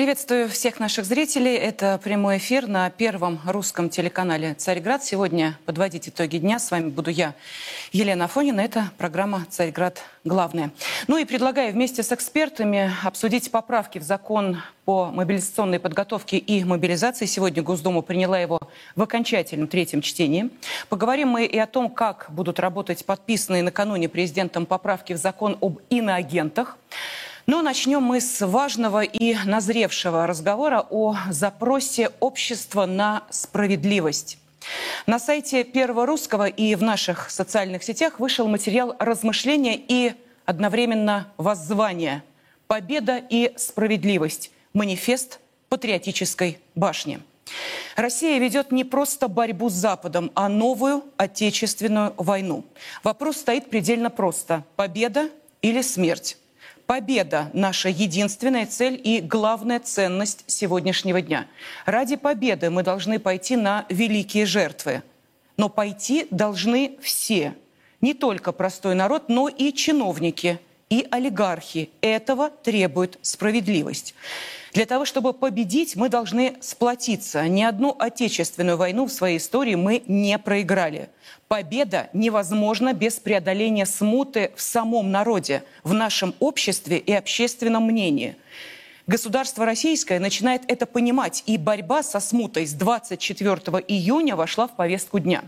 Приветствую всех наших зрителей. Это прямой эфир на первом русском телеканале «Царьград». Сегодня подводить итоги дня. С вами буду я, Елена Афонина. Это программа «Царьград. Главное». Ну и предлагаю вместе с экспертами обсудить поправки в закон по мобилизационной подготовке и мобилизации. Сегодня Госдума приняла его в окончательном третьем чтении. Поговорим мы и о том, как будут работать подписанные накануне президентом поправки в закон об иноагентах. Но начнем мы с важного и назревшего разговора о запросе общества на справедливость. На сайте Первого Русского и в наших социальных сетях вышел материал размышления и одновременно воззвания «Победа и справедливость. Манифест патриотической башни». Россия ведет не просто борьбу с Западом, а новую отечественную войну. Вопрос стоит предельно просто: победа или смерть? Победа – наша единственная цель и главная ценность сегодняшнего дня. Ради победы мы должны пойти на великие жертвы. Но пойти должны все. Не только простой народ, но и чиновники, и олигархи. Этого требует справедливость. Для того, чтобы победить, мы должны сплотиться. Ни одну отечественную войну в своей истории мы не проиграли. Победа невозможна без преодоления смуты в самом народе, в нашем обществе и общественном мнении. Государство российское начинает это понимать, и борьба со смутой с 24 июня вошла в повестку дня.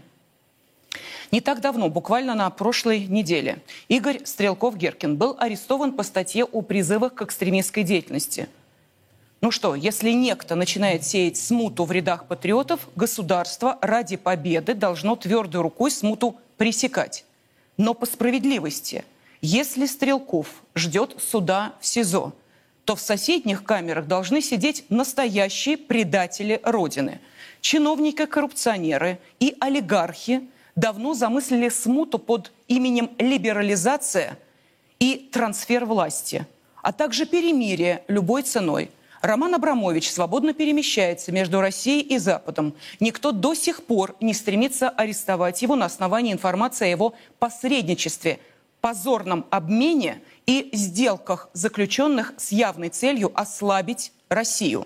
Не так давно, буквально на прошлой неделе, Игорь Стрелков-Геркин был арестован по статье о призывах к экстремистской деятельности. Ну что, если некто начинает сеять смуту в рядах патриотов, государство ради победы должно твердой рукой смуту пресекать. Но по справедливости, если Стрелков ждет суда в СИЗО, то в соседних камерах должны сидеть настоящие предатели Родины. Чиновники-коррупционеры и олигархи давно замыслили смуту под именем либерализация и трансфер власти, а также перемирие любой ценой. Роман Абрамович свободно перемещается между Россией и Западом. Никто до сих пор не стремится арестовать его на основании информации о его посредничестве, позорном обмене и сделках, заключенных с явной целью ослабить Россию.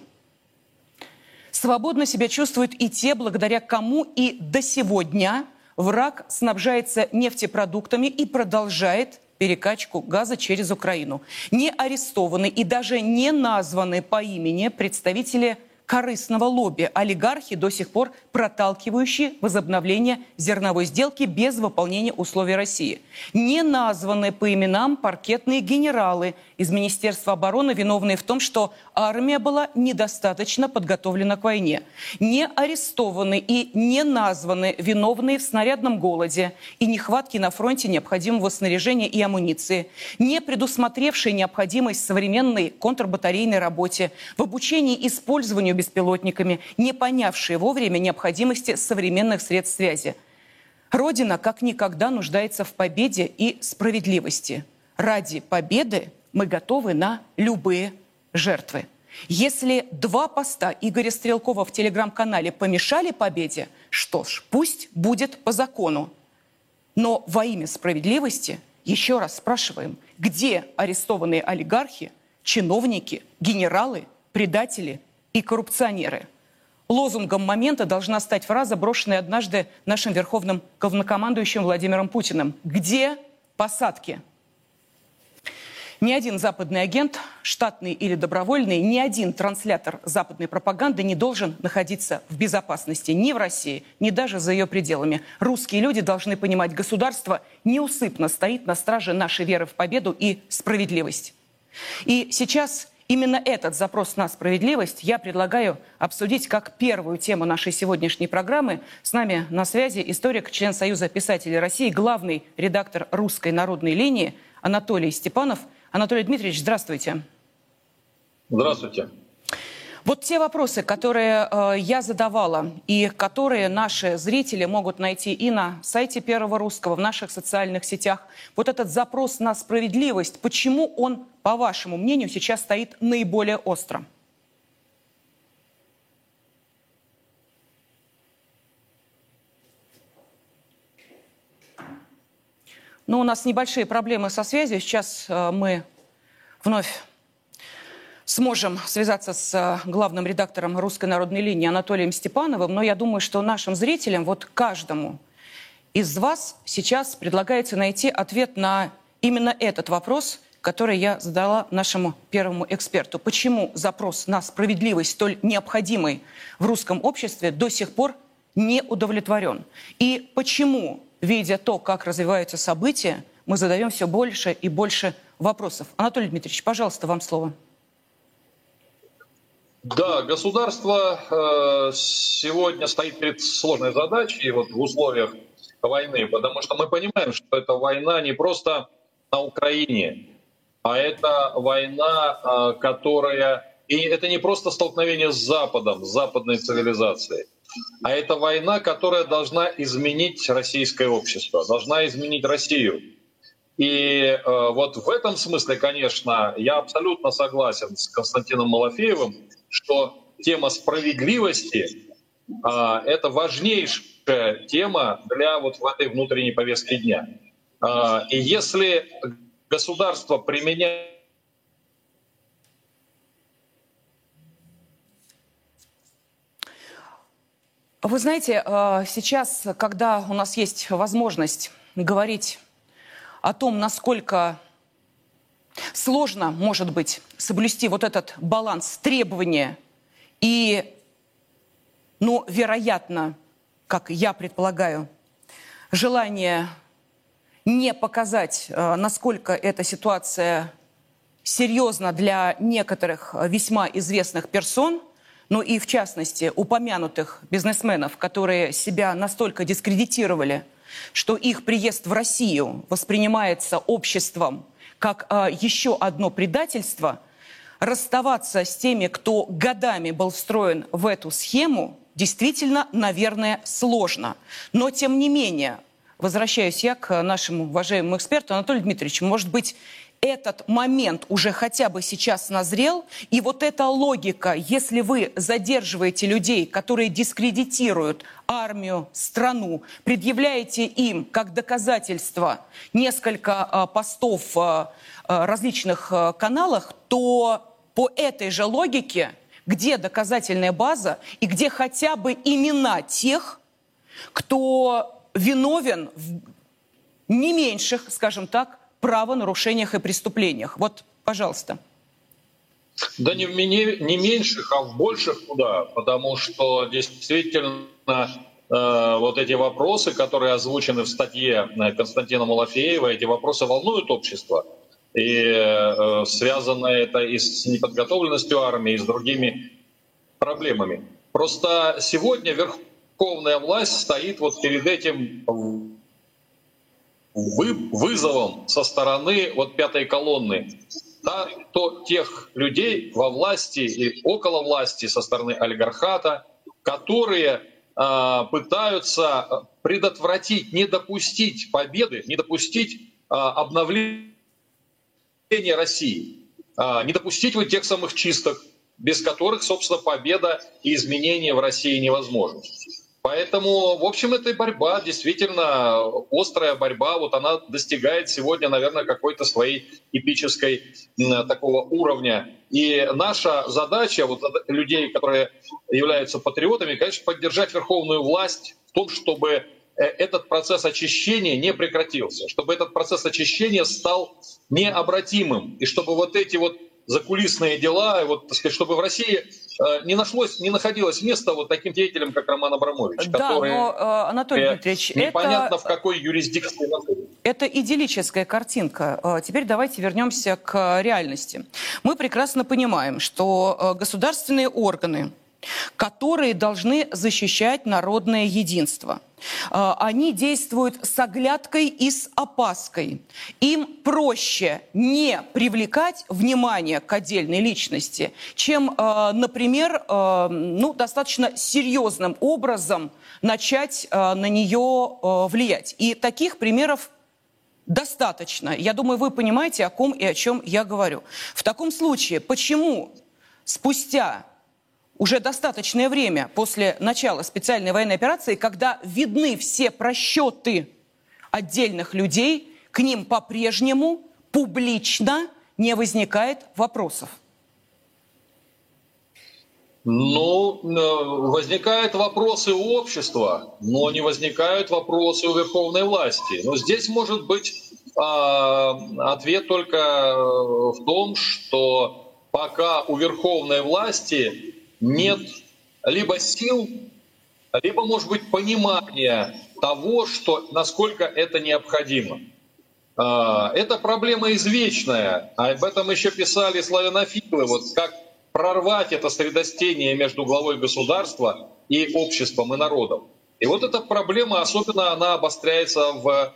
Свободно себя чувствуют и те, благодаря кому и до сего дня враг снабжается нефтепродуктами и продолжает перекачку газа через Украину. Не арестованы и даже не названы по имени представители корыстного лобби, олигархи, до сих пор проталкивающие возобновление зерновой сделки без выполнения условий России. Не названы по именам паркетные генералы из Министерства обороны, виновные в том, что армия была недостаточно подготовлена к войне. Не арестованы и не названы виновные в снарядном голоде и нехватке на фронте необходимого снаряжения и амуниции, не предусмотревшие необходимость современной контрбатарейной работе, в обучении использованию беспилотниками, не понявшие вовремя необходимости современных средств связи. Родина как никогда нуждается в победе и справедливости. Ради победы мы готовы на любые жертвы. Если два поста Игоря Стрелкова в телеграм-канале помешали победе, что ж, пусть будет по закону. Но во имя справедливости еще раз спрашиваем, где арестованные олигархи, чиновники, генералы, предатели и коррупционеры? Лозунгом момента должна стать фраза, брошенная однажды нашим верховным главнокомандующим Владимиром Путиным: «Где посадки?» Ни один западный агент, штатный или добровольный, ни один транслятор западной пропаганды не должен находиться в безопасности ни в России, ни даже за ее пределами. Русские люди должны понимать, государство неусыпно стоит на страже нашей веры в победу и справедливость. И сейчас именно этот запрос на справедливость я предлагаю обсудить как первую тему нашей сегодняшней программы. С нами на связи историк, член Союза писателей России, главный редактор «Русской народной линии» Анатолий Степанов. Анатолий Дмитриевич, здравствуйте. Здравствуйте. Вот те вопросы, которые я задавала и которые наши зрители могут найти и на сайте Первого Русского, в наших социальных сетях. Вот этот запрос на справедливость, почему он, по вашему мнению, сейчас стоит наиболее остро? Ну, у нас небольшие проблемы со связью. Сейчас мы вновь сможем связаться с главным редактором «Русской народной линии» Анатолием Степановым, но я думаю, что нашим зрителям, вот каждому из вас сейчас предлагается найти ответ на именно этот вопрос, который я задала нашему первому эксперту. Почему запрос на справедливость, столь необходимый в русском обществе, до сих пор не удовлетворен? И почему, видя то, как развиваются события, мы задаем все больше и больше вопросов? Анатолий Дмитриевич, пожалуйста, вам слово. Да, государство сегодня стоит перед сложной задачей вот в условиях войны, потому что мы понимаем, что эта война не просто на Украине, а это война, которая... И это не просто столкновение с Западом, с западной цивилизацией, а это война, которая должна изменить российское общество, должна изменить Россию. И вот в этом смысле, конечно, я абсолютно согласен с Константином Малафеевым, что тема справедливости это важнейшая тема для вот в этой внутренней повестке дня. И если государство применяет... Вы знаете, сейчас, когда у нас есть возможность говорить о том, насколько сложно, может быть, соблюсти вот этот баланс требования и, ну, вероятно, как я предполагаю, желание не показать, насколько эта ситуация серьезна для некоторых весьма известных персон, ну и, в частности, упомянутых бизнесменов, которые себя настолько дискредитировали, что их приезд в Россию воспринимается обществом как еще одно предательство, расставаться с теми, кто годами был встроен в эту схему, действительно, наверное, сложно. Но, тем не менее, возвращаюсь я к нашему уважаемому эксперту Анатолию Дмитриевичу, может быть, этот момент уже хотя бы сейчас назрел, и вот эта логика, если вы задерживаете людей, которые дискредитируют армию, страну, предъявляете им как доказательство несколько постов в различных каналах, то по этой же логике, где доказательная база и где хотя бы имена тех, кто виновен в не меньших, скажем так, правонарушениях и преступлениях. Вот, пожалуйста. Да не меньших, а в больших куда, потому что действительно вот эти вопросы, которые озвучены в статье Константина Малафеева, эти вопросы волнуют общество. И связано это и с неподготовленностью армии, и с другими проблемами. Просто сегодня верховная власть стоит вот перед этим вызовом со стороны вот пятой колонны, да, то тех людей во власти и около власти со стороны олигархата, которые пытаются предотвратить, не допустить победы, не допустить обновления России, не допустить вот тех самых чисток, без которых, собственно, победа и изменения в России невозможны. Поэтому, в общем, эта борьба, действительно острая борьба, вот она достигает сегодня, наверное, какой-то своей эпической такого уровня. И наша задача, вот людей, которые являются патриотами, конечно, поддержать верховную власть в том, чтобы этот процесс очищения не прекратился, чтобы этот процесс очищения стал необратимым, и чтобы вот эти вот закулисные дела, вот, так сказать, чтобы в России не находилось места вот таким деятелям, как Роман Абрамович, да, который но, Анатолий Дмитриевич, непонятно в какой юрисдикции находится. Это идиллическая картинка. Теперь давайте вернемся к реальности. Мы прекрасно понимаем, что государственные органы, которые должны защищать народное единство, они действуют с оглядкой и с опаской. Им проще не привлекать внимание к отдельной личности, чем, например, достаточно серьезным образом начать на нее влиять. И таких примеров достаточно. Я думаю, вы понимаете, о ком и о чем я говорю. В таком случае, почему спустя уже достаточное время после начала специальной военной операции, когда видны все просчеты отдельных людей, к ним по-прежнему публично не возникает вопросов? Ну, возникают вопросы у общества, но не возникают вопросы у верховной власти. Но здесь может быть ответ только в том, что пока у верховной власти нет либо сил, либо, может быть, понимания того, что, насколько это необходимо. Это проблема извечная. Об этом еще писали славянофилы. Вот как прорвать это средостение между главой государства и обществом, и народом. И вот эта проблема, особенно она обостряется вот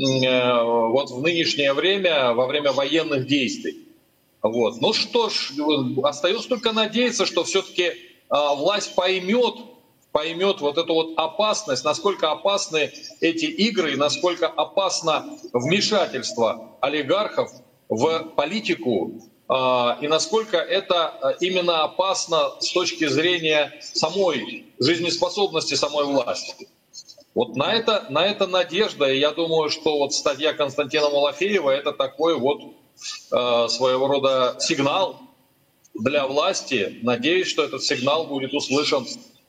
в нынешнее время, во время военных действий. Вот. Ну что ж, остается только надеяться, что все-таки власть поймет вот эту вот опасность, насколько опасны эти игры, и насколько опасно вмешательство олигархов в политику, и насколько это именно опасно с точки зрения самой жизнеспособности самой власти. Вот на это надежда, и я думаю, что вот статья Константина Малафеева — это такой вот своего рода сигнал для власти. Надеюсь, что этот сигнал будет услышан,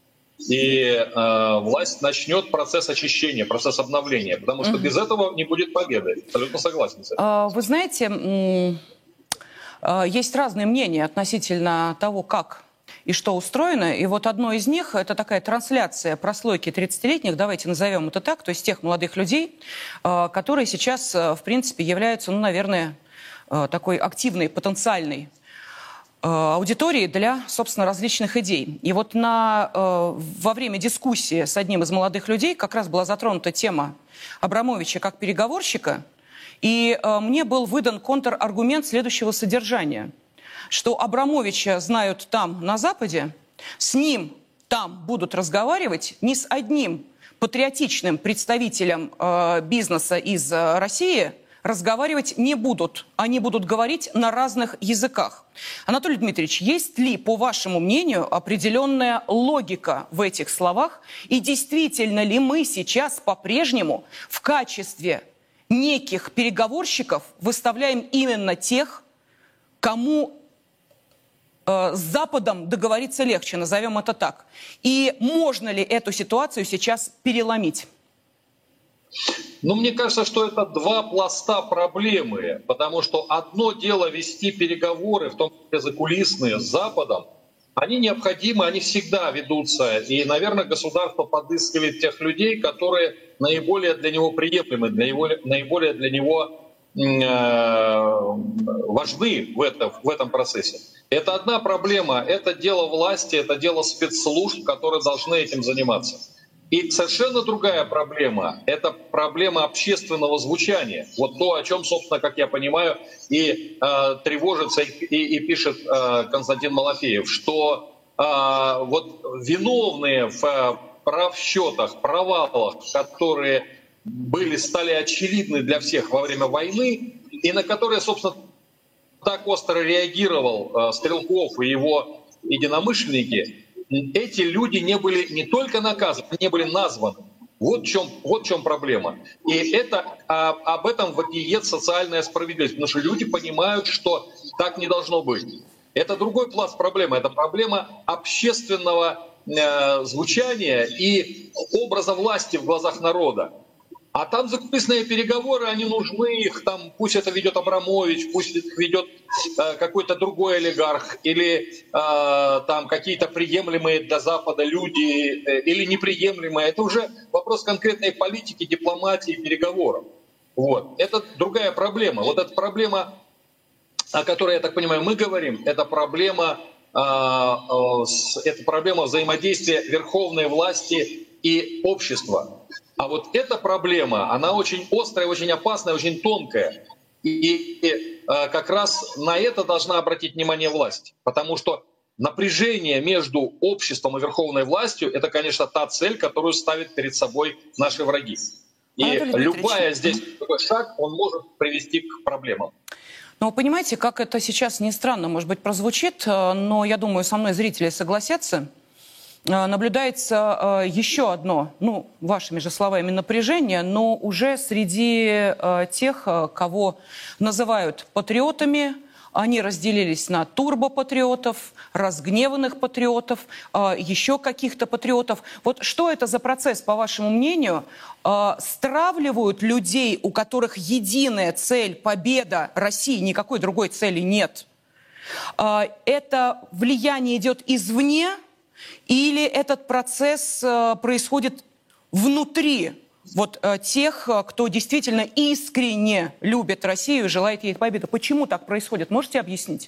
и власть начнет процесс очищения, процесс обновления, потому что без этого не будет победы. Абсолютно согласен с этим. Вы знаете, есть разные мнения относительно того, как и что устроено. И вот одно из них — это такая трансляция прослойки 30-летних, давайте назовем это так, то есть тех молодых людей, которые сейчас, в принципе, являются, ну, наверное, такой активной, потенциальной аудитории для, собственно, различных идей. И вот во время дискуссии с одним из молодых людей как раз была затронута тема Абрамовича как переговорщика, и мне был выдан контраргумент следующего содержания, что Абрамовича знают там, на Западе, с ним там будут разговаривать не с одним патриотичным представителем бизнеса из России, разговаривать не будут. Они будут говорить на разных языках. Анатолий Дмитриевич, есть ли, по вашему мнению, определенная логика в этих словах? И действительно ли мы сейчас по-прежнему в качестве неких переговорщиков выставляем именно тех, кому с Западом договориться легче, назовем это так? И можно ли эту ситуацию сейчас переломить? Ну, мне кажется, что это два пласта проблемы, потому что одно дело вести переговоры, в том числе закулисные, с Западом, они необходимы, они всегда ведутся, и, наверное, государство подыскивает тех людей, которые наиболее для него приемлемы, наиболее для него важны в этом процессе. Это одна проблема, это дело власти, это дело спецслужб, которые должны этим заниматься. И совершенно другая проблема — это проблема общественного звучания. Вот то, о чем, собственно, как я понимаю, и тревожится, и пишет Константин Малафеев, что вот виновные в просчетах, провалах, которые стали очевидны для всех во время войны, и на которые, собственно, так остро реагировал Стрелков и его единомышленники, эти люди не были не только наказаны, не были названы. Вот в чем проблема. И об этом вопиет социальная справедливость, потому что люди понимают, что так не должно быть. Это другой пласт проблемы. Это проблема общественного звучания и образа власти в глазах народа. А там закулисные переговоры, они нужны, их там, пусть это ведет Абрамович, пусть это ведет какой-то другой олигарх, или там какие-то приемлемые для Запада люди, или неприемлемые. Это уже вопрос конкретной политики, дипломатии, переговоров. Вот. Это другая проблема. Вот эта проблема, о которой, я так понимаю, мы говорим, это проблема взаимодействия верховной власти и общества. А вот эта проблема, она очень острая, очень опасная, очень тонкая. И как раз на это должна обратить внимание власть. Потому что напряжение между обществом и верховной властью — это, конечно, та цель, которую ставят перед собой наши враги. И любая здесь такой шаг, он может привести к проблемам. Но понимаете, как это сейчас не странно, может быть, прозвучит, но я думаю, со мной зрители согласятся. Наблюдается еще одно, ну, вашими же словами, напряжение, но уже среди тех, кого называют патриотами, Они разделились на турбопатриотов, разгневанных патриотов, еще каких-то патриотов. Вот что это за процесс, по вашему мнению? Стравливают людей, у которых единая цель – победа России, никакой другой цели нет. Это влияние идет извне или этот процесс происходит внутри вот тех, кто действительно искренне любит Россию и желает ей победы? Почему так происходит? Можете объяснить?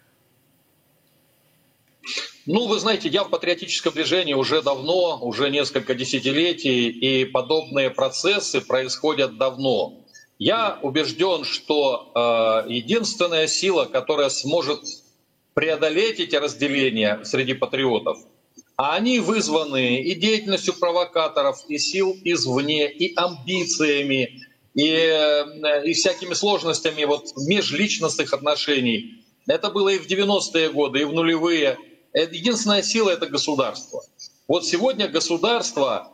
Ну, вы знаете, я в патриотическом движении уже давно, уже несколько десятилетий, и подобные процессы происходят давно. Я убежден, что единственная сила, которая сможет преодолеть эти разделения среди патриотов, а они вызваны и деятельностью провокаторов, и сил извне, и амбициями, и всякими сложностями вот, межличностных отношений. Это было и в 90-е годы, и в нулевые. Единственная сила — это государство. Вот сегодня государство,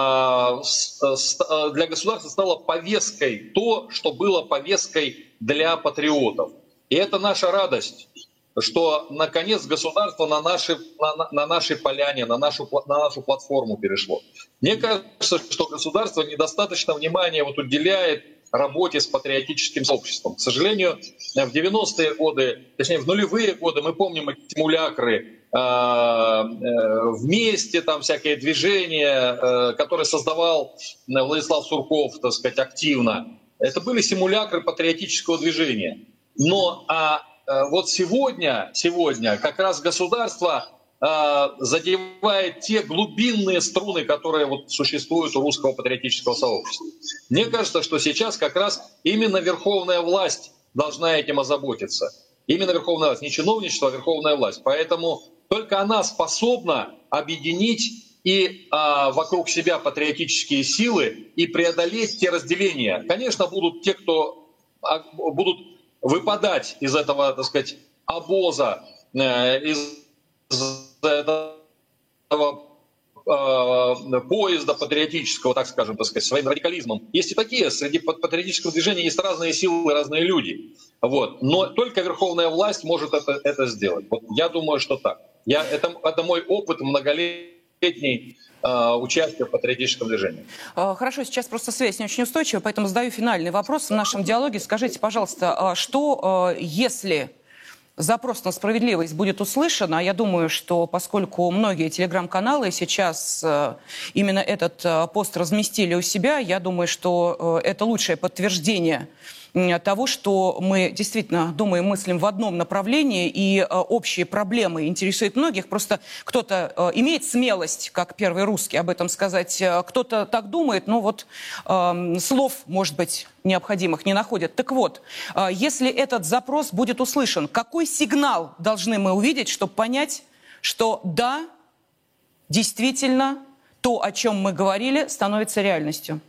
для государства стало повесткой то, что было повесткой для патриотов. И это наша радость, что наконец государство на нашей поляне, на нашу платформу перешло. Мне кажется, что государство недостаточно внимания вот уделяет работе с патриотическим сообществом. К сожалению, в 90-е годы, точнее в нулевые годы, мы помним эти симулякры, вместе, там всякие движения, которые создавал Владислав Сурков, так сказать, активно. Это были симулякры патриотического движения. Но вот сегодня как раз государство задевает те глубинные струны, которые вот существуют у русского патриотического сообщества. Мне кажется, что сейчас как раз именно верховная власть должна этим озаботиться. Именно верховная власть, не чиновничество, а верховная власть. Поэтому только она способна объединить и вокруг себя патриотические силы и преодолеть те разделения. Конечно, будут те, кто будут выпадать из этого, так сказать, обоза, из этого поезда патриотического, так скажем, так сказать, своим радикализмом. Есть и такие, среди патриотического движения есть разные силы, разные люди. Вот. Но только верховная власть может это сделать. Вот я думаю, что так. Это мой опыт многолетний участия в патриотическом движении. Хорошо, сейчас просто связь не очень устойчива, поэтому задаю финальный вопрос в нашем диалоге. Скажите, пожалуйста, что если запрос на справедливость будет услышан, а я думаю, что поскольку многие телеграм-каналы сейчас именно этот пост разместили у себя, я думаю, что это лучшее подтверждение того, что мы действительно думаем, мыслим в одном направлении, и общие проблемы интересуют многих. Просто кто-то имеет смелость, как первый русский, об этом сказать, кто-то так думает, но вот слов, может быть, необходимых не находят. Так вот, если этот запрос будет услышан, какой сигнал должны мы увидеть, чтобы понять, что да, действительно, то, о чем мы говорили, становится реальностью?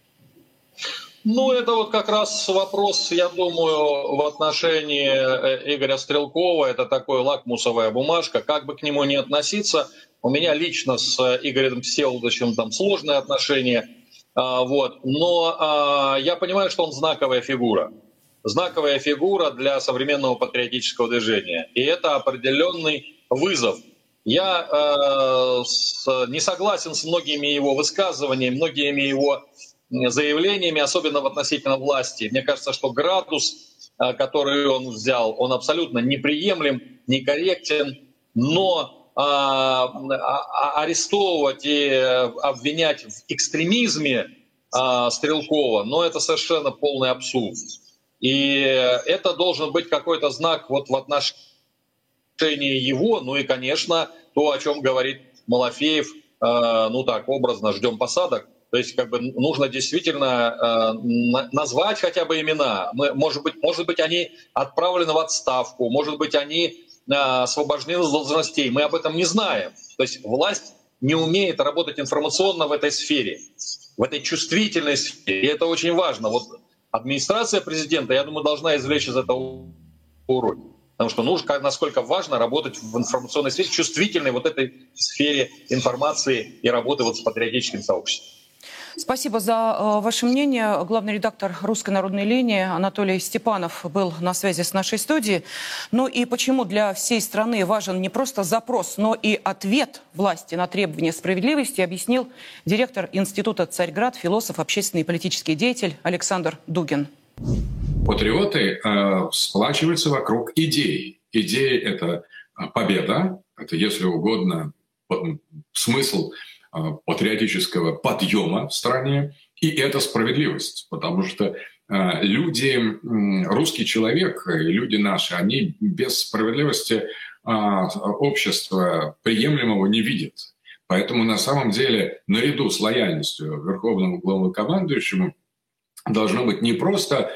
Ну, это вот как раз вопрос, я думаю, в отношении Игоря Стрелкова. Это такая лакмусовая бумажка. Как бы к нему ни относиться, у меня лично с Игорем Всеволодовичем там сложные отношения. Вот. Но я понимаю, что он знаковая фигура. Знаковая фигура для современного патриотического движения. И это определенный вызов. Я не согласен с многими его высказываниями, многими его заявлениями, особенно в относительно власти. Мне кажется, что градус, который он взял, он абсолютно неприемлем, некорректен, но арестовывать и обвинять в экстремизме Стрелкова, но это совершенно полный абсурд. И это должен быть какой-то знак вот в отношении его, ну и, конечно, то, о чем говорит Малафеев, ну так, образно, ждем посадок. То есть как бы нужно действительно назвать хотя бы имена. Может быть, они отправлены в отставку, может быть, они освобождены с должностей. Мы об этом не знаем. То есть власть не умеет работать информационно в этой сфере, в этой чувствительной сфере. И это очень важно. Вот администрация президента, я думаю, должна извлечь из этого урок. Потому что нужно, насколько важно работать в информационной сфере, чувствительной вот этой сфере информации и работы вот с патриотическим сообществом. Спасибо за ваше мнение. Главный редактор «Русской народной линии» Анатолий Степанов был на связи с нашей студией. Ну и почему для всей страны важен не просто запрос, но и ответ власти на требования справедливости, объяснил директор Института «Царьград», философ, общественный и политический деятель Александр Дугин. Патриоты сплачиваются вокруг идей. Идея – это победа, это, если угодно, смысл патриотического подъема в стране, и это справедливость, потому что люди, русский человек, люди наши, они без справедливости общества приемлемого не видят. Поэтому на самом деле наряду с лояльностью верховному главнокомандующему должно быть не просто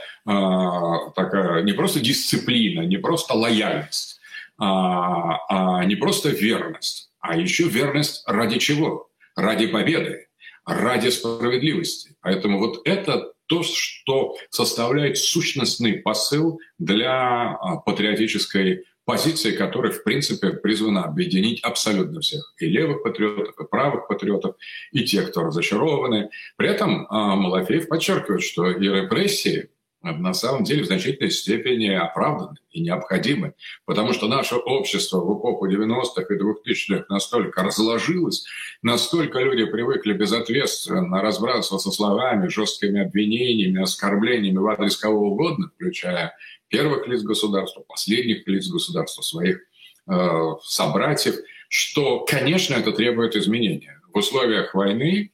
дисциплина, не просто лояльность, не просто верность, а еще верность ради чего? Ради победы, ради справедливости. Поэтому вот это то, что составляет сущностный посыл для патриотической позиции, которая, в принципе, призвана объединить абсолютно всех. И левых патриотов, и правых патриотов, и тех, кто разочарованы. При этом Малафеев подчеркивает, что и репрессии на самом деле в значительной степени оправданы и необходимы, потому что наше общество в эпоху 90-х и 2000-х настолько разложилось, настолько люди привыкли безответственно разбрасываться словами, жесткими обвинениями, оскорблениями в адрес кого угодно, включая первых лиц государства, последних лиц государства, своих собратьев, что, конечно, это требует изменения. В условиях войны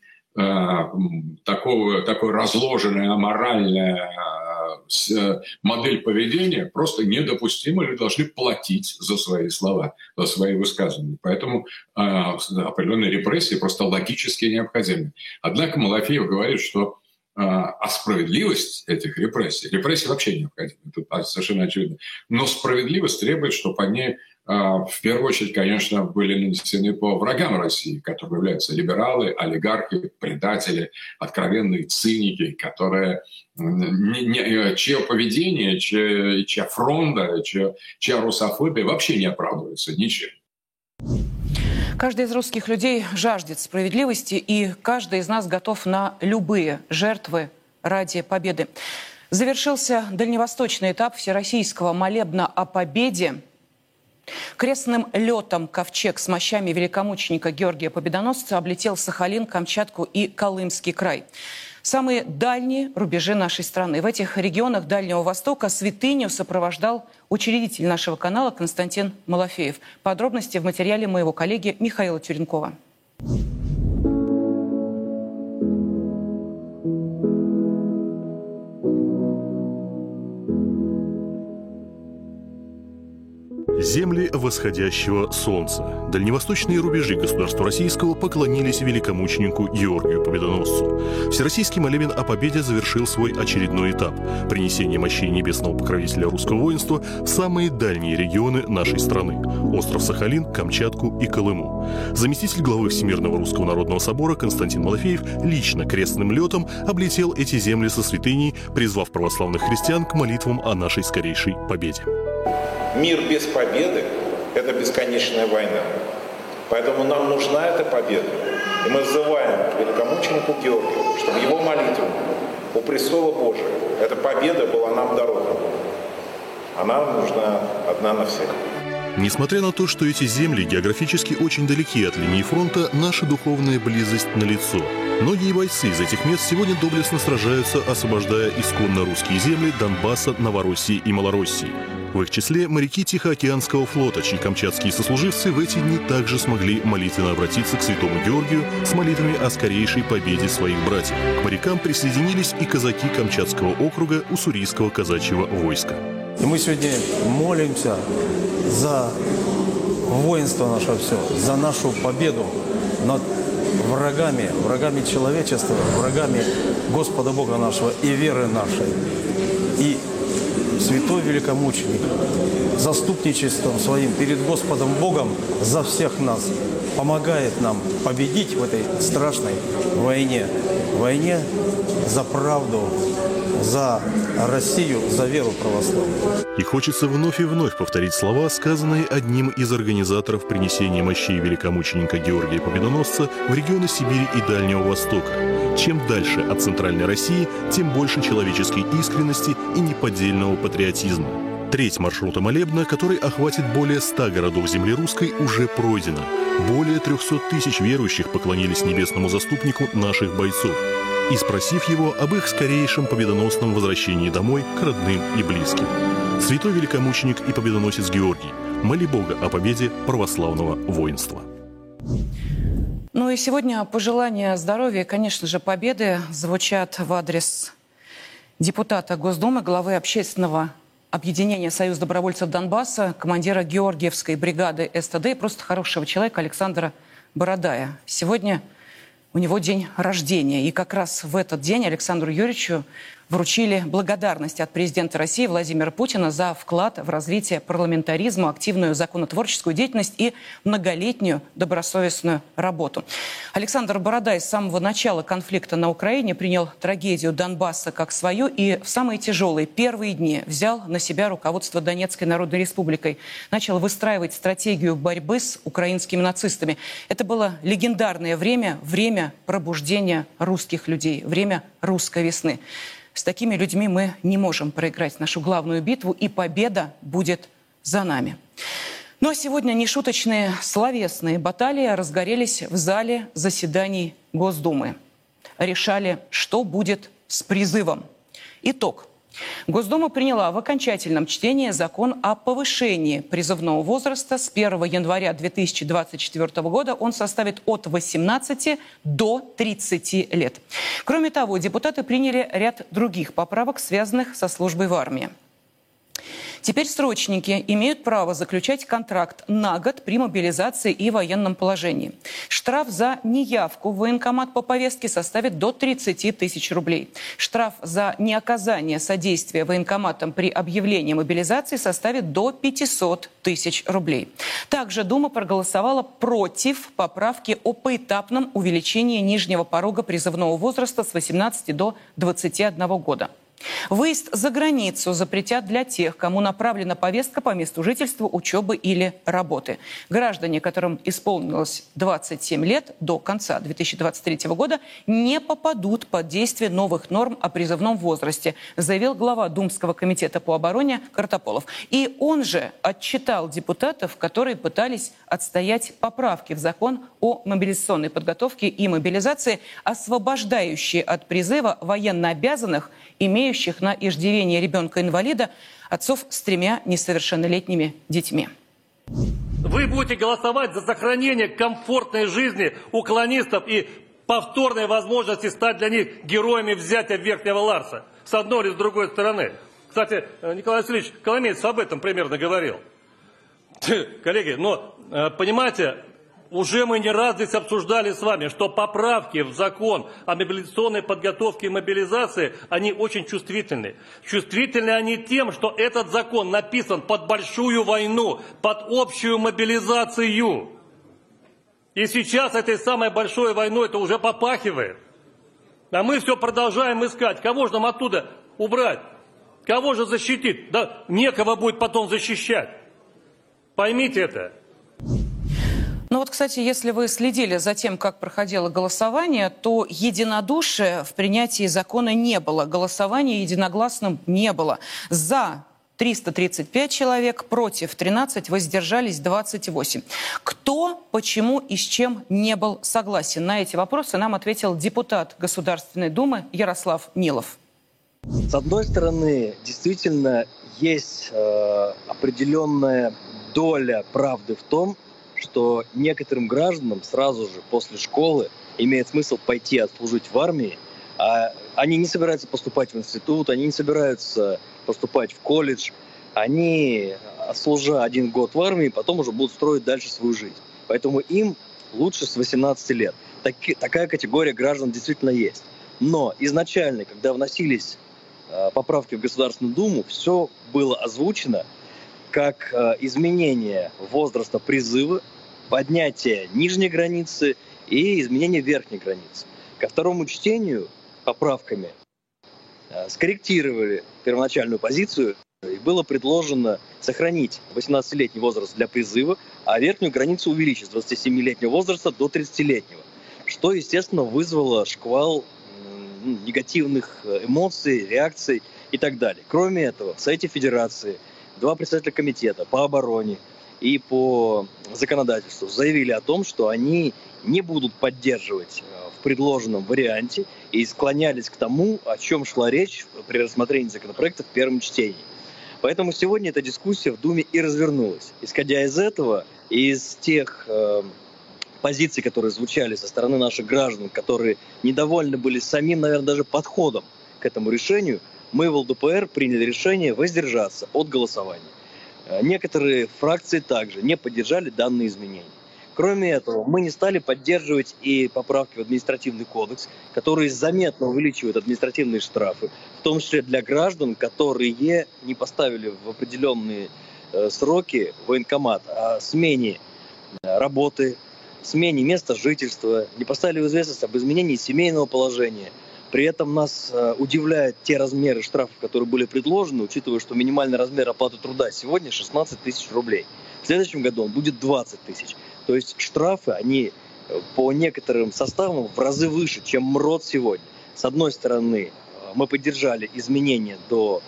такой разложенная, аморальная модель поведения просто недопустима, люди должны платить за свои слова, за свои высказывания. Поэтому определенные репрессии просто логически необходимы. Однако Малафеев говорит, что справедливость этих репрессий вообще необходима, это совершенно очевидно. Но справедливость требует, чтобы они в первую очередь, конечно, были нанесены по врагам России, которые являются либералы, олигархи, предатели, откровенные циники, чье поведение, чья фронта, чья русофобия вообще не оправдывается ничем. Каждый из русских людей жаждет справедливости, и каждый из нас готов на любые жертвы ради победы. Завершился дальневосточный этап всероссийского молебна о победе. Крестным летом ковчег с мощами великомученика Георгия Победоносца облетел Сахалин, Камчатку и Колымский край. Самые дальние рубежи нашей страны. В этих регионах Дальнего Востока святыню сопровождал учредитель нашего канала Константин Малафеев. Подробности в материале моего коллеги Михаила Тюренкова. Земли восходящего солнца. Дальневосточные рубежи государства российского поклонились великомученику Георгию Победоносцу. Всероссийский молебен о победе завершил свой очередной этап – принесение мощей небесного покровителя русского воинства в самые дальние регионы нашей страны – остров Сахалин, Камчатку и Колыму. Заместитель главы Всемирного Русского Народного Собора Константин Малафеев лично крестным летом облетел эти земли со святыней, призвав православных христиан к молитвам о нашей скорейшей победе. Мир без победы – это бесконечная война. Поэтому нам нужна эта победа. И мы взываем к великомученику Георгию, чтобы его молитва у престола Божия, эта победа была нам дарована. Она нужна одна на всех. Несмотря на то, что эти земли географически очень далеки от линии фронта, наша духовная близость налицо. Многие бойцы из этих мест сегодня доблестно сражаются, освобождая исконно русские земли Донбасса, Новороссии и Малороссии. В их числе моряки Тихоокеанского флота, чьи камчатские сослуживцы в эти дни также смогли молитвенно обратиться к святому Георгию с молитвами о скорейшей победе своих братьев. К морякам присоединились и казаки Камчатского округа Уссурийского казачьего войска. И мы сегодня молимся за воинство наше все, за нашу победу над врагами человечества, врагами Господа Бога нашего и веры нашей. И святой великомученик заступничеством своим перед Господом Богом за всех нас помогает нам победить в этой страшной войне. Войне за правду, за Россию, за веру православную. И хочется вновь и вновь повторить слова, сказанные одним из организаторов принесения мощей великомученика Георгия Победоносца в регионы Сибири и Дальнего Востока. Чем дальше от центральной России, тем больше человеческой искренности и неподдельного патриотизма. Треть маршрута молебна, который охватит более 100 городов земли русской, уже пройдена. Более 300 тысяч верующих поклонились небесному заступнику наших бойцов. И спросив его об их скорейшем победоносном возвращении домой к родным и близким. Святой великомученик и победоносец Георгий, моли Бога о победе православного воинства. Ну и сегодня пожелания здоровья, конечно же, победы звучат в адрес депутата Госдумы, главы общественного объединения «Союз добровольцев Донбасса», командира Георгиевской бригады СТД и просто хорошего человека Александра Бородая. Сегодня у него день рождения. И как раз в этот день Александру Юрьевичу вручили благодарность от президента России Владимира Путина за вклад в развитие парламентаризма, активную законотворческую деятельность и многолетнюю добросовестную работу. Александр Бородай с самого начала конфликта на Украине принял трагедию Донбасса как свою и в самые тяжелые первые дни взял на себя руководство Донецкой Народной Республикой. Начал выстраивать стратегию борьбы с украинскими нацистами. Это было легендарное время, время пробуждения русских людей, время русской весны. С такими людьми мы не можем проиграть нашу главную битву, и победа будет за нами. Ну а сегодня нешуточные словесные баталии разгорелись в зале заседаний Госдумы. Решали, что будет с призывом. Итог. Госдума приняла в окончательном чтении закон о повышении призывного возраста. С 1 января 2024 года он составит от 18 до 30 лет. Кроме того, депутаты приняли ряд других поправок, связанных со службой в армии. Теперь срочники имеют право заключать контракт на год при мобилизации и военном положении. Штраф за неявку в военкомат по повестке составит до 30 тысяч рублей. Штраф за неоказание содействия военкоматам при объявлении мобилизации составит до 500 тысяч рублей. Также Дума проголосовала против поправки о поэтапном увеличении нижнего порога призывного возраста с 18 до 21 года. Выезд за границу запретят для тех, кому направлена повестка по месту жительства, учебы или работы. Граждане, которым исполнилось 27 лет до конца 2023 года, не попадут под действие новых норм о призывном возрасте, заявил глава Думского комитета по обороне Картополов. И он же отчитал депутатов, которые пытались отстоять поправки в закон о мобилизационной подготовке и мобилизации, освобождающие от призыва военнообязанных, имеющих на иждивении ребенка-инвалида, отцов с 3 несовершеннолетними детьми. Вы будете голосовать за сохранение комфортной жизни уклонистов и повторной возможности стать для них героями взятия Верхнего Ларса. С одной или с другой стороны. Кстати, Николай Васильевич Коломеец об этом примерно говорил. Коллеги, но, понимаете, уже мы не раз здесь обсуждали с вами, что поправки в закон о мобилизационной подготовке и мобилизации, они очень чувствительны. Чувствительны они тем, что этот закон написан под большую войну, под общую мобилизацию. И сейчас этой самой большой войной это уже попахивает. А мы все продолжаем искать, кого же нам оттуда убрать, кого же защитить. Да некого будет потом защищать. Поймите это. Ну вот, кстати, если вы следили за тем, как проходило голосование, то единодушия в принятии закона не было. Голосования единогласным не было. За 335 человек, против 13, воздержались 28. Кто, почему и с чем не был согласен? На эти вопросы нам ответил депутат Государственной Думы Ярослав Нилов. С одной стороны, действительно есть определенная доля правды в том, что некоторым гражданам сразу же после школы имеет смысл пойти отслужить в армии, а они не собираются поступать в институт, они не собираются поступать в колледж, они, служа 1 год в армии, потом уже будут строить дальше свою жизнь. Поэтому им лучше с 18 лет. Такая категория граждан действительно есть. Но изначально, когда вносились поправки в Государственную Думу, все было озвучено как изменение возраста призыва, поднятие нижней границы и изменение верхней границы. Ко второму чтению поправками скорректировали первоначальную позицию, и было предложено сохранить 18-летний возраст для призыва, а верхнюю границу увеличить с 27-летнего возраста до 30-летнего, что, естественно, вызвало шквал негативных эмоций, реакций и так далее. Кроме этого, в Совете Федерации 2 представителя комитета по обороне и по законодательству заявили о том, что они не будут поддерживать в предложенном варианте и склонялись к тому, о чем шла речь при рассмотрении законопроекта в первом чтении. Поэтому сегодня эта дискуссия в Думе и развернулась. Исходя из этого, из тех позиций, которые звучали со стороны наших граждан, которые недовольны были самим, наверное, даже подходом к этому решению, мы в ЛДПР приняли решение воздержаться от голосования. Некоторые фракции также не поддержали данные изменения. Кроме этого, мы не стали поддерживать и поправки в административный кодекс, которые заметно увеличивают административные штрафы, в том числе для граждан, которые не поставили в определенные сроки военкомат о смене работы, смене места жительства, не поставили в известность об изменении семейного положения. При этом нас удивляют те размеры штрафов, которые были предложены, учитывая, что минимальный размер оплаты труда сегодня 16 тысяч рублей. В следующем году он будет 20 тысяч. То есть штрафы, они по некоторым составам в разы выше, чем МРОТ сегодня. С одной стороны, мы поддержали изменения до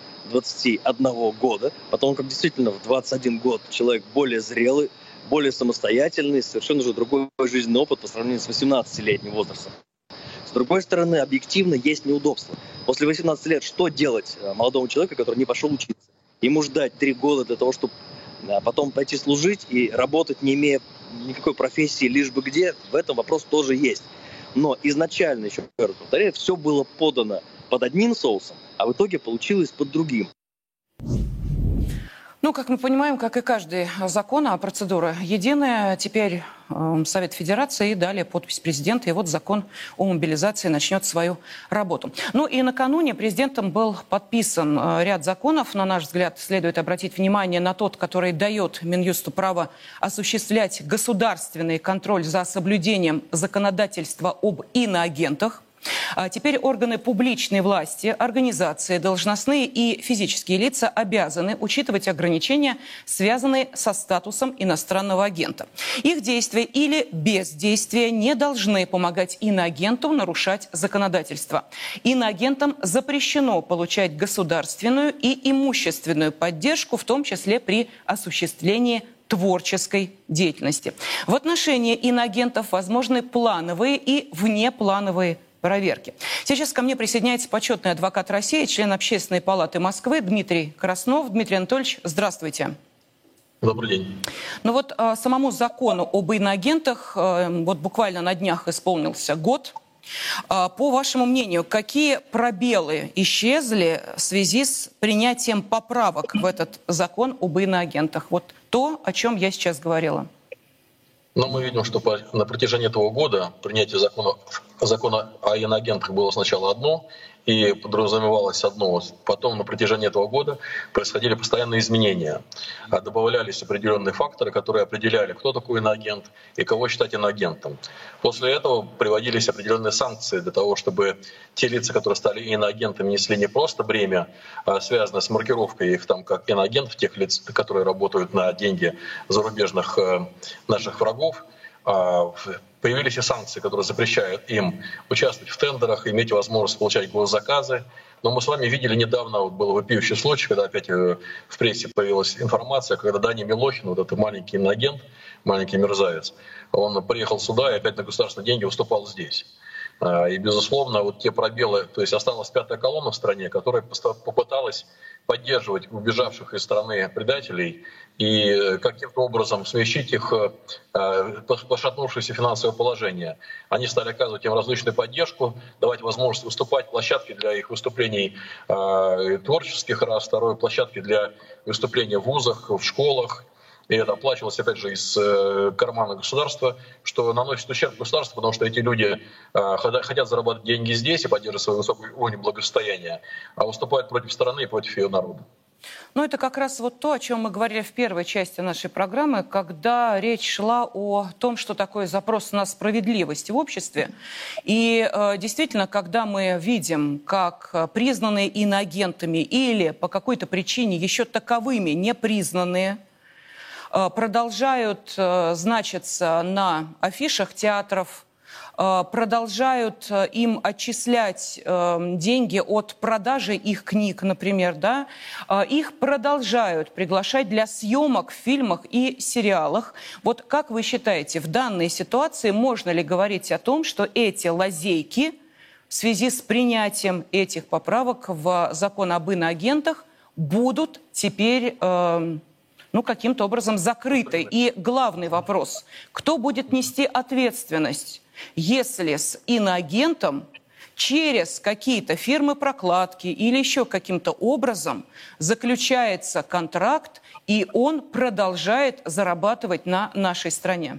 21 года, потом как действительно в 21 год человек более зрелый, более самостоятельный, совершенно уже другой жизненный опыт по сравнению с 18-летним возрастом. С другой стороны, объективно есть неудобства. После 18 лет что делать молодому человеку, который не пошел учиться? Ему ждать 3 года для того, чтобы потом пойти служить и работать, не имея никакой профессии, лишь бы где, в этом вопрос тоже есть. Но изначально, еще раз повторяю, все было подано под одним соусом, а в итоге получилось под другим. Ну, как мы понимаем, как и каждый закон, а процедура единая. Теперь Совет Федерации и далее подпись президента. И вот закон о мобилизации начнет свою работу. Ну и накануне президентом был подписан ряд законов. На наш взгляд, следует обратить внимание на тот, который дает Минюсту право осуществлять государственный контроль за соблюдением законодательства об иноагентах. Теперь органы публичной власти, организации, должностные и физические лица обязаны учитывать ограничения, связанные со статусом иностранного агента. Их действия или бездействие не должны помогать иноагенту нарушать законодательство. Иноагентам запрещено получать государственную и имущественную поддержку, в том числе при осуществлении творческой деятельности. В отношении иноагентов возможны плановые и внеплановые проверки. Сейчас ко мне присоединяется почетный адвокат России, член Общественной палаты Москвы Дмитрий Краснов. Дмитрий Анатольевич, здравствуйте. Добрый день. Ну вот самому закону об иноагентах вот буквально на днях исполнился год. По вашему мнению, какие пробелы исчезли в связи с принятием поправок в этот закон об иноагентах? Вот то, о чем я сейчас говорила. Но мы видим, что на протяжении этого года принятие закона о иноагентах было сначала одно, и подразумевалось одно. Потом на протяжении этого года происходили постоянные изменения. Добавлялись определенные факторы, которые определяли, кто такой иноагент и кого считать иноагентом. После этого приводились определенные санкции для того, чтобы те лица, которые стали иноагентами, несли не просто бремя, связанное с маркировкой их там как иноагентов, тех лиц, которые работают на деньги зарубежных наших врагов, появились и санкции, которые запрещают им участвовать в тендерах, иметь возможность получать госзаказы. Но мы с вами видели недавно, вот был вопиющий случай, когда опять в прессе появилась информация, когда Даня Милохин, вот этот маленький иноагент, маленький мерзавец, он приехал сюда и опять на государственные деньги выступал здесь. И, безусловно, вот те пробелы, то есть осталась пятая колонна в стране, которая попыталась поддерживать убежавших из страны предателей и каким-то образом смягчить их пошатнувшееся финансовое положение. Они стали оказывать им различную поддержку, давать возможность выступать, площадки для их выступлений творческих, раз, второе, площадки для выступления в вузах, в школах. И это оплачивалось, опять же, из кармана государства, что наносит ущерб государству, потому что эти люди хотят зарабатывать деньги здесь и поддерживать свой высокий уровень благосостояния, а выступают против страны и против ее народа. Ну, это как раз вот то, о чем мы говорили в первой части нашей программы, когда речь шла о том, что такое запрос на справедливость в обществе. И действительно, когда мы видим, как признанные иноагентами или по какой-то причине еще таковыми не признанные продолжают значиться на афишах театров, продолжают им отчислять деньги от продажи их книг, например, да, их продолжают приглашать для съемок в фильмах и сериалах. Вот как вы считаете, в данной ситуации можно ли говорить о том, что эти лазейки в связи с принятием этих поправок в закон об иноагентах будут теперь каким-то образом закрыты? И главный вопрос, кто будет нести ответственность, если с иноагентом через какие-то фирмы прокладки или еще каким-то образом заключается контракт, и он продолжает зарабатывать на нашей стране?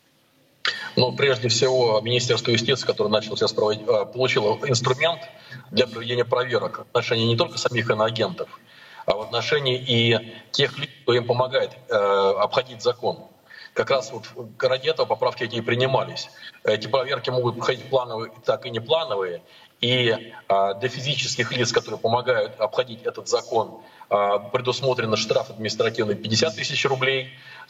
Но прежде всего Министерство юстиции, которое начало сейчас проводить, получило инструмент для проведения проверок в отношении не только самих иноагентов, а в отношении и тех людей, кто им помогает обходить закон. Как раз вот ради этого поправки эти и принимались. Эти проверки могут проходить плановые, так и неплановые. И для физических лиц, которые помогают обходить этот закон, предусмотрен штраф административный 50 тысяч рублей.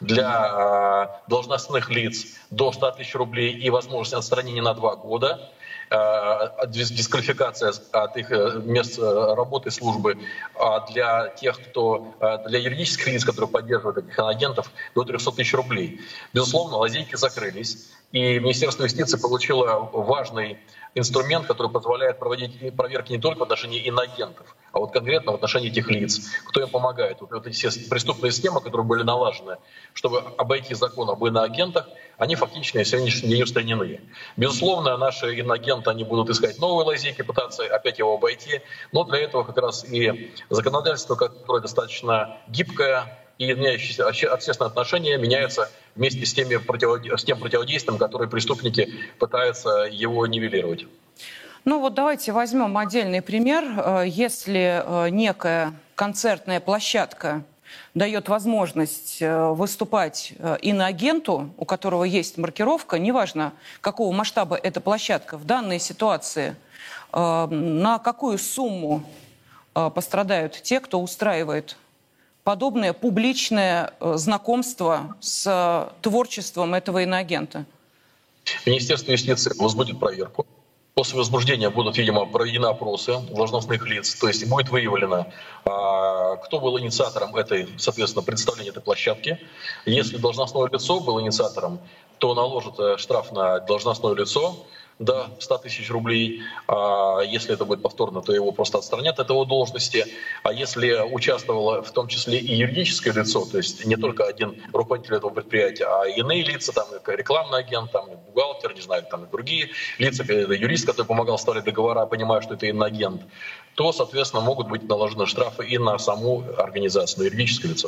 Для должностных лиц до 100 тысяч рублей и возможность отстранения на 2 года. Дисквалификация от их мест работы службы, а для тех, для юридических лиц, которые поддерживают этих иноагентов, до 300 тысяч рублей. Безусловно, лазейки закрылись, и Министерство юстиции получило важный инструмент, который позволяет проводить проверки не только в отношении иноагентов, а вот конкретно в отношении этих лиц, кто им помогает. Вот эти все преступные схемы, которые были налажены, чтобы обойти закон об иноагентах, они фактически на сегодняшний день устранены. Безусловно, наши иноагенты, они будут искать новые лазейки, пытаться опять его обойти, но для этого как раз и законодательство, которое достаточно гибкое, и меняющиеся общественные отношения меняются вместе с тем противодействием, которое преступники пытаются его нивелировать. Ну вот давайте возьмем отдельный пример. Если некая концертная площадка дает возможность выступать иноагенту, у которого есть маркировка, неважно, какого масштаба эта площадка, в данной ситуации на какую сумму пострадают те, кто устраивает подобное публичное знакомство с творчеством этого иноагента? Министерство юстиции возбудит проверку. После возбуждения будут, видимо, проведены опросы должностных лиц, то есть будет выявлено, кто был инициатором этой, соответственно, представления этой площадки. Если должностное лицо было инициатором, то наложат штраф на должностное лицо до 100 тысяч рублей. Если это будет повторно, то его просто отстранят от его должности. А если участвовало в том числе и юридическое лицо, то есть не только один руководитель этого предприятия, а иные лица, там рекламный агент, там бухгалтер, не знаю, там и другие лица, юрист, который помогал ставить договора, понимая, что это иноагент, то, соответственно, могут быть наложены штрафы и на саму организацию, на юридическое лицо.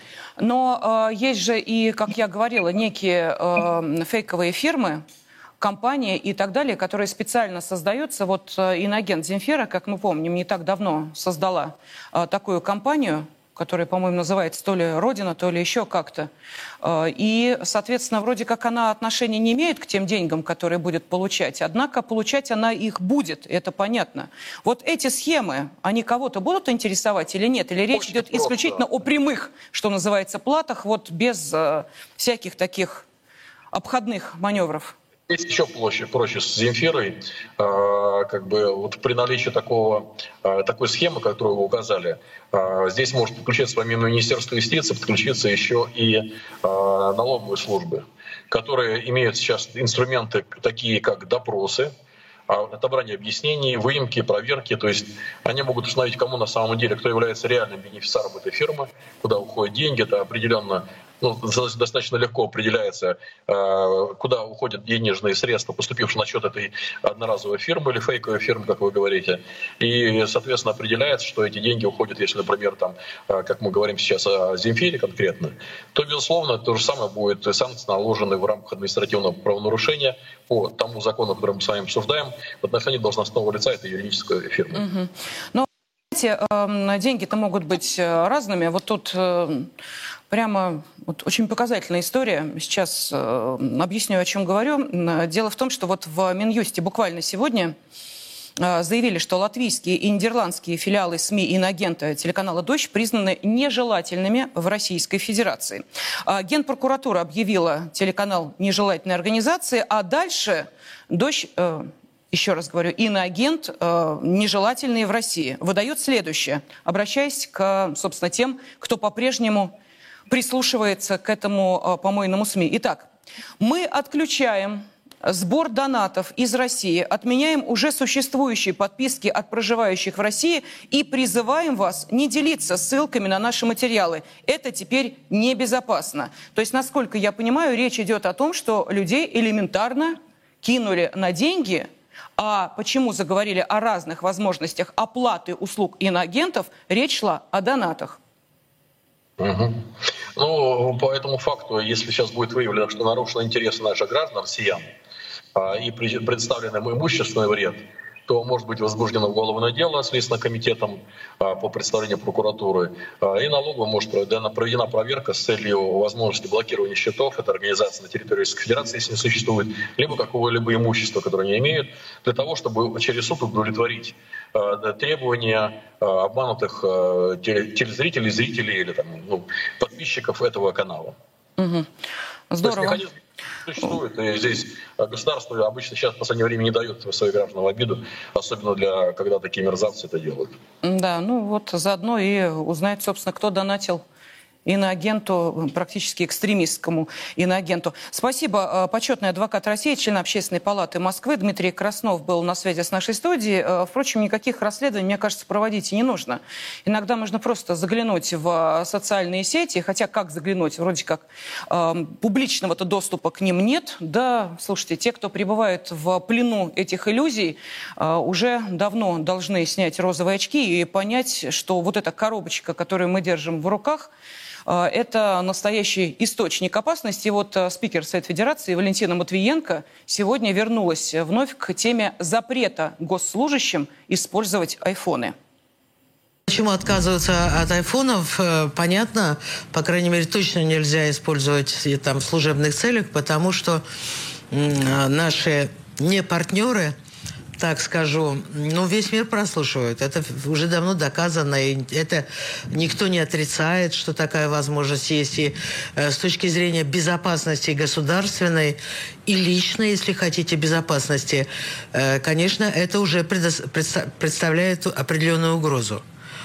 Но есть же и, как я говорила, некие фейковые фирмы, компании и так далее, которые специально создаются. Вот иноагент Земфира, как мы помним, не так давно создала такую компанию, которая, по-моему, называется то ли «Родина», то ли еще как-то. И, соответственно, вроде как она отношения не имеет к тем деньгам, которые будет получать, однако получать она их будет, это понятно. Вот эти схемы, они кого-то будут интересовать или нет? Или речь идет исключительно о прямых, что называется, платах, вот без всяких таких обходных маневров? Здесь еще проще с Земфирой. Вот при наличии такой схемы, которую вы указали, здесь может подключиться помимо Министерства юстиции, подключиться еще и налоговые службы, которые имеют сейчас инструменты такие, как допросы, отобрание объяснений, выемки, проверки. То есть они могут установить, кому на самом деле, кто является реальным бенефициаром этой фирмы, куда уходят деньги. Это определенно достаточно легко определяется, куда уходят денежные средства, поступившие на счет этой одноразовой фирмы или фейковой фирмы, как вы говорите. И, соответственно, определяется, что эти деньги уходят, если, например, там, как мы говорим сейчас о Земфире конкретно, то, безусловно, то же самое будет санкции, наложенные в рамках административного правонарушения по тому закону, который мы с вами обсуждаем, в отношении должностного лица этой юридической фирмы. Но знаете, деньги-то могут быть разными. Вот тут прямо очень показательная история. Сейчас объясню, о чем говорю. Дело в том, что вот в Минюсте буквально сегодня заявили, что латвийские и нидерландские филиалы СМИ и иноагента телеканала «Дождь» признаны нежелательными в Российской Федерации. Генпрокуратура объявила телеканал нежелательной организацией, а дальше «Дождь», еще раз говорю, иноагент, нежелательный в России, выдает следующее, обращаясь к, собственно, тем, кто по-прежнему прислушивается к этому помойному СМИ. Итак, мы отключаем сбор донатов из России, отменяем уже существующие подписки от проживающих в России и призываем вас не делиться ссылками на наши материалы. Это теперь небезопасно. То есть, насколько я понимаю, речь идет о том, что людей элементарно кинули на деньги. А почему заговорили о разных возможностях оплаты услуг иноагентов, речь шла о донатах. Угу. Ну, по этому факту, если сейчас будет выявлено, что нарушены интересы наших граждан, россиян, и представлен им имущественный вред, то может быть возбуждено уголовное дело Следственным комитетом по представлению прокуратуры, и налоговой может проведена проверка с целью возможности блокирования счетов этой организации на территории Российской Федерации, если не существует, либо какого-либо имущества, которое они имеют, для того, чтобы через суд удовлетворить требования обманутых телезрителей, зрителей или подписчиков этого канала. Угу. Здорово. Существует, и здесь государство обычно сейчас в последнее время не дает своих граждан в обиду, особенно когда такие мерзавцы это делают. Да, ну вот заодно и узнать, собственно, кто донатил иноагенту, практически экстремистскому иноагенту. Спасибо. Почетный адвокат России, член Общественной палаты Москвы Дмитрий Краснов был на связи с нашей студией. Впрочем, никаких расследований, мне кажется, проводить и не нужно. Иногда можно просто заглянуть в социальные сети, хотя как заглянуть? Вроде как публичного-то доступа к ним нет. Да, слушайте, те, кто пребывает в плену этих иллюзий, уже давно должны снять розовые очки и понять, что вот эта коробочка, которую мы держим в руках, это настоящий источник опасности. И вот спикер Совета Федерации Валентина Матвиенко сегодня вернулась вновь к теме запрета госслужащим использовать айфоны. Почему отказываются от айфонов, понятно. По крайней мере, точно нельзя использовать там в служебных целях, потому что наши не партнеры, так скажу, весь мир прослушивают. Это уже давно доказано, и это никто не отрицает, что такая возможность есть. И с точки зрения безопасности государственной и личной, если хотите, безопасности, конечно, это уже представляет определенную угрозу.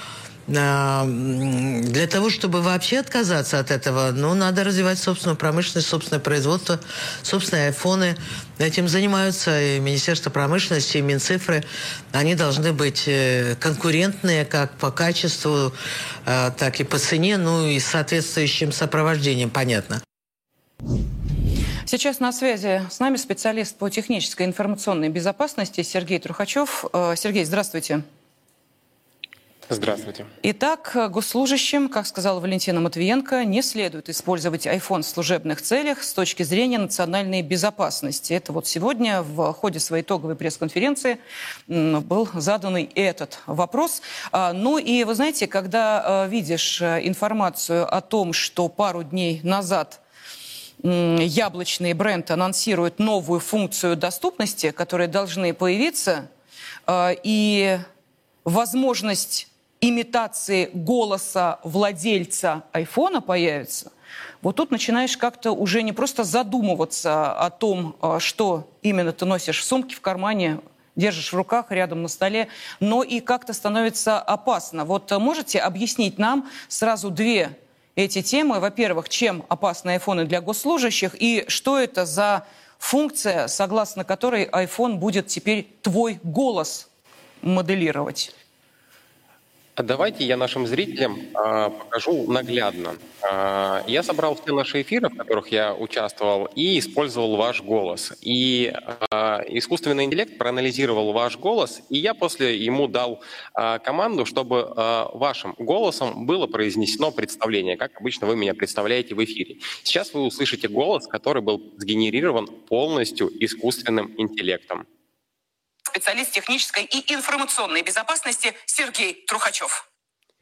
Для того, чтобы вообще отказаться от этого, надо развивать собственную промышленность, собственное производство, собственные айфоны. Этим занимаются и Министерство промышленности, и Минцифры. Они должны быть конкурентные как по качеству, так и по цене, и с соответствующим сопровождением, понятно. Сейчас на связи с нами специалист по технической и информационной безопасности Сергей Трухачев. Сергей, здравствуйте. Здравствуйте. Итак, госслужащим, как сказала Валентина Матвиенко, не следует использовать iPhone в служебных целях с точки зрения национальной безопасности. Это вот сегодня в ходе своей итоговой пресс-конференции был задан этот вопрос. Ну и вы знаете, когда видишь информацию о том, что пару дней назад яблочный бренд анонсирует новую функцию доступности, которые должны появиться, и возможность имитации голоса владельца айфона появится, вот тут начинаешь как-то уже не просто задумываться о том, что именно ты носишь в сумке, в кармане, держишь в руках, рядом на столе, но и как-то становится опасно. Вот можете объяснить нам сразу две эти темы? Во-первых, чем опасны айфоны для госслужащих и что это за функция, согласно которой iPhone будет теперь твой голос моделировать? Давайте я нашим зрителям покажу наглядно. Я собрал все наши эфиры, в которых я участвовал, и использовал ваш голос. И искусственный интеллект проанализировал ваш голос, и я после ему дал команду, чтобы вашим голосом было произнесено представление, как обычно вы меня представляете в эфире. Сейчас вы услышите голос, который был сгенерирован полностью искусственным интеллектом. специалист технической и информационной безопасности Сергей Трухачев.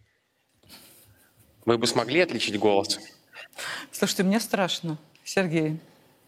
Вы бы смогли отличить голос? Слушайте, мне страшно, Сергей.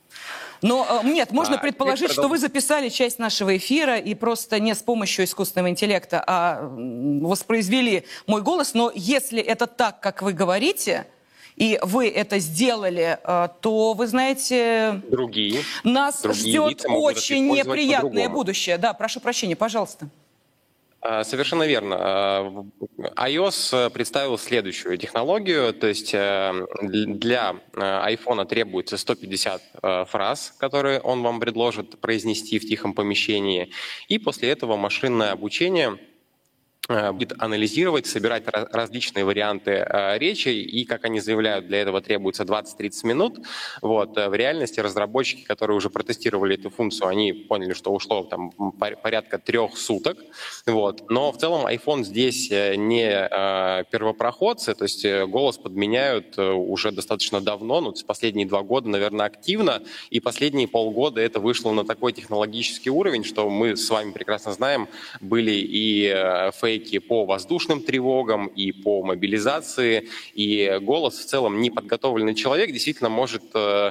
Но нет, можно предположить, что вы записали часть нашего эфира и просто не с помощью искусственного интеллекта, а воспроизвели мой голос. Но если это так, как вы говорите, и вы это сделали, то, вы знаете, нас ждет очень неприятное будущее. Да, прошу прощения, пожалуйста. Совершенно верно. iOS представил следующую технологию, то есть для iPhone требуется 150 фраз, которые он вам предложит произнести в тихом помещении, и после этого машинное обучение будет анализировать, собирать различные варианты речи, и, как они заявляют, для этого требуется 20-30 минут. Вот. В реальности разработчики, которые уже протестировали эту функцию, они поняли, что ушло там порядка 3 суток. Вот. Но в целом iPhone здесь не первопроходцы, то есть голос подменяют уже достаточно давно, ну, последние 2 года, наверное, активно, и последние полгода это вышло на такой технологический уровень, что мы с вами прекрасно знаем, были и фейки по воздушным тревогам, и по мобилизации, и голос в целом неподготовленный человек действительно может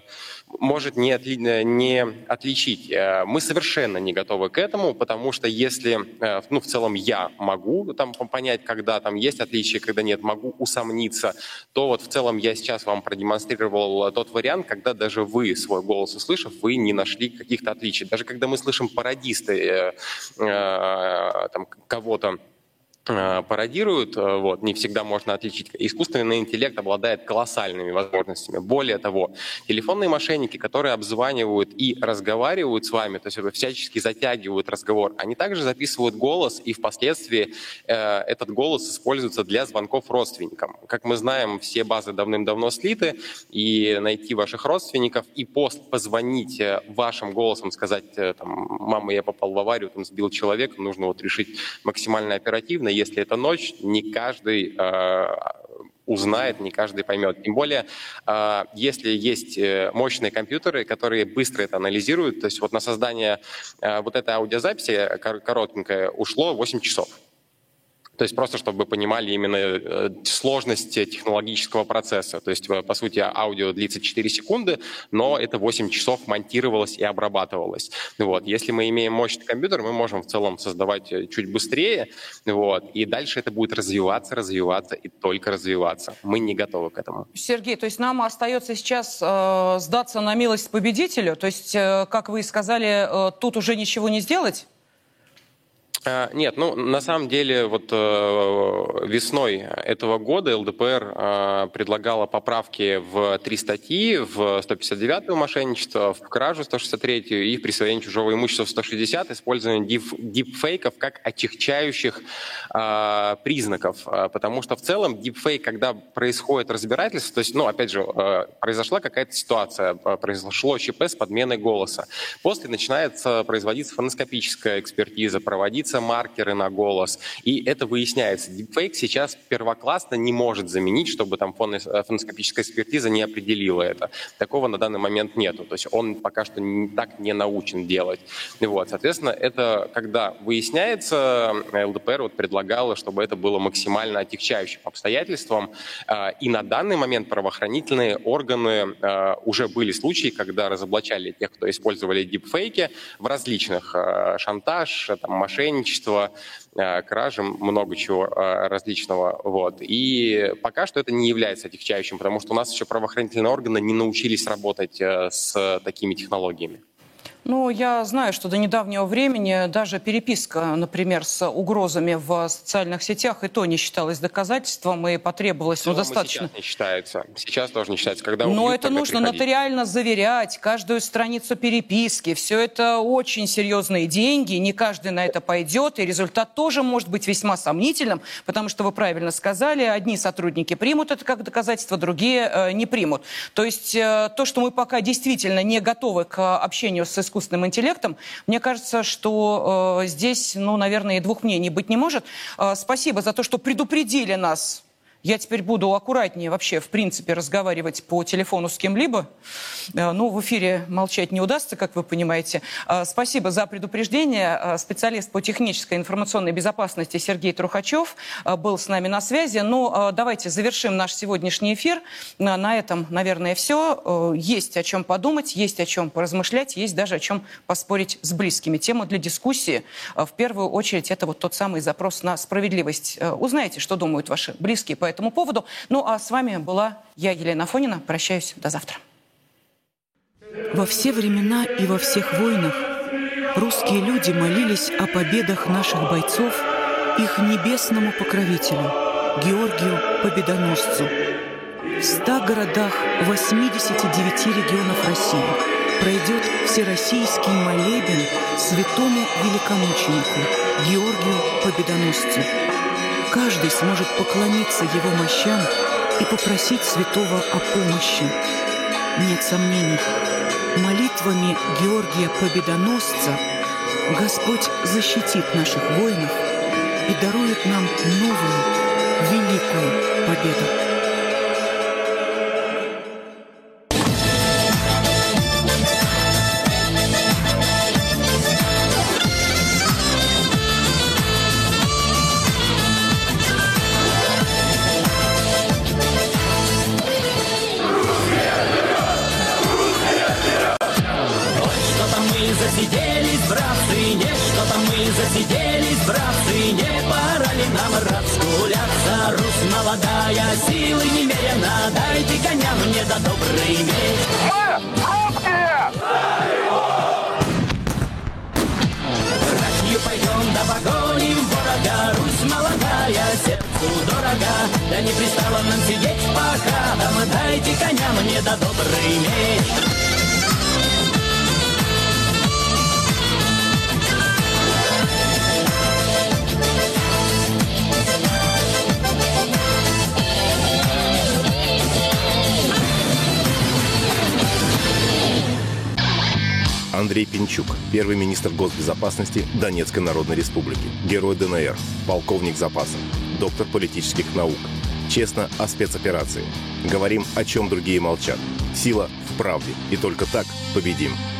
не отличить. Мы совершенно не готовы к этому, потому что если, в целом я могу там понять, когда там есть отличия, когда нет, могу усомниться, то вот в целом я сейчас вам продемонстрировал тот вариант, когда даже вы, свой голос услышав, вы не нашли каких-то отличий. Даже когда мы слышим пародисты там кого-то пародируют, вот, не всегда можно отличить. Искусственный интеллект обладает колоссальными возможностями. Более того, телефонные мошенники, которые обзванивают и разговаривают с вами, то есть всячески затягивают разговор, они также записывают голос, и впоследствии этот голос используется для звонков родственникам. Как мы знаем, все базы давным-давно слиты, и найти ваших родственников, и позвонить вашим голосом, сказать, там, мама, я попал в аварию, там сбил человека, нужно вот решить максимально оперативно. Если это ночь, не каждый узнает, не каждый поймет. Тем более, если есть мощные компьютеры, которые быстро это анализируют, то есть вот на создание вот этой аудиозаписи коротенькой ушло 8 часов. То есть просто, чтобы вы понимали именно сложность технологического процесса. То есть, по сути, аудио длится 4 секунды, но это 8 часов монтировалось и обрабатывалось. Вот. Если мы имеем мощный компьютер, мы можем в целом создавать чуть быстрее, вот, и дальше это будет развиваться и только развиваться. Мы не готовы к этому. Сергей, то есть нам остается сейчас сдаться на милость победителю? То есть, как вы сказали, тут уже ничего не сделать? Нет, ну на самом деле вот весной этого года ЛДПР предлагала поправки в 3 статьи, в 159-ю мошенничество, в кражу 163-ю и в присвоение чужого имущества 160, использование дипфейков как отягчающих признаков, потому что в целом дипфейк, когда происходит разбирательство, то есть, ну опять же, произошла какая-то ситуация, произошло ЧП с подменой голоса, после начинается производиться фоноскопическая экспертиза, проводиться маркеры на голос, и это выясняется. Дипфейк сейчас первоклассно не может заменить, чтобы там фоноскопическая экспертиза не определила это. Такого на данный момент нету. То есть он пока что так не научен делать. Вот. Соответственно, это когда выясняется, ЛДПР вот предлагала, чтобы это было максимально отягчающим обстоятельством. И на данный момент правоохранительные органы уже были случаи, когда разоблачали тех, кто использовали дипфейки в различных шантаж, там, мошенничество, кражи, много чего различного. Вот. И пока что это не является отягчающим, потому что у нас еще правоохранительные органы не научились работать с такими технологиями. Ну, я знаю, что до недавнего времени даже переписка, например, с угрозами в социальных сетях, и то не считалось доказательством, и потребовалось достаточно... Сейчас не считается. Сейчас тоже не считается. Когда Но убьют, это нужно нотариально заверять, каждую страницу переписки. Все это очень серьезные деньги, не каждый на это пойдет, и результат тоже может быть весьма сомнительным, потому что вы правильно сказали, одни сотрудники примут это как доказательство, другие не примут. То есть то, что мы пока действительно не готовы к общению с искусственным интеллектом, мне кажется, что здесь, ну, наверное, и двух мнений быть не может. Спасибо за то, что предупредили нас Я теперь буду аккуратнее вообще, в принципе, разговаривать по телефону с кем-либо. Ну, в эфире молчать не удастся, как вы понимаете. Спасибо за предупреждение. Специалист по технической информационной безопасности Сергей Трухачев был с нами на связи. Ну, давайте завершим наш сегодняшний эфир. На этом, наверное, все. Есть о чем подумать, есть о чем поразмышлять, есть даже о чем поспорить с близкими. Тема для дискуссии, в первую очередь, это вот тот самый запрос на справедливость. Узнаете, что думают ваши близкие по этому поводу. Ну, а с вами была я, Елена Афонина. Прощаюсь. До завтра. Во все времена и во всех войнах русские люди молились о победах наших бойцов их небесному покровителю, Георгию Победоносцу. В 100 городах 89 регионов России пройдет всероссийский молебен святому великомученику Георгию Победоносцу. Каждый сможет поклониться его мощам и попросить святого о помощи. Нет сомнений, молитвами Георгия Победоносца Господь защитит наших воинов и дарует нам новую, великую победу. Засиделись, братцы, не что-то мы засиделись, братцы, не пора ли нам разгуляться? Русь молодая, силы немерено, дайте коня мне да добрый меч. Мы русские! Братью пойдем да погоним ворога, Русь молодая, сердцу дорога, да не пристало нам сидеть по хатам, дайте коня мне да добрый меч. Андрей Пинчук, первый министр госбезопасности Донецкой Народной Республики, герой ДНР, полковник запаса, доктор политических наук. Честно о спецоперации. Говорим, о чем другие молчат. Сила в правде. И только так победим.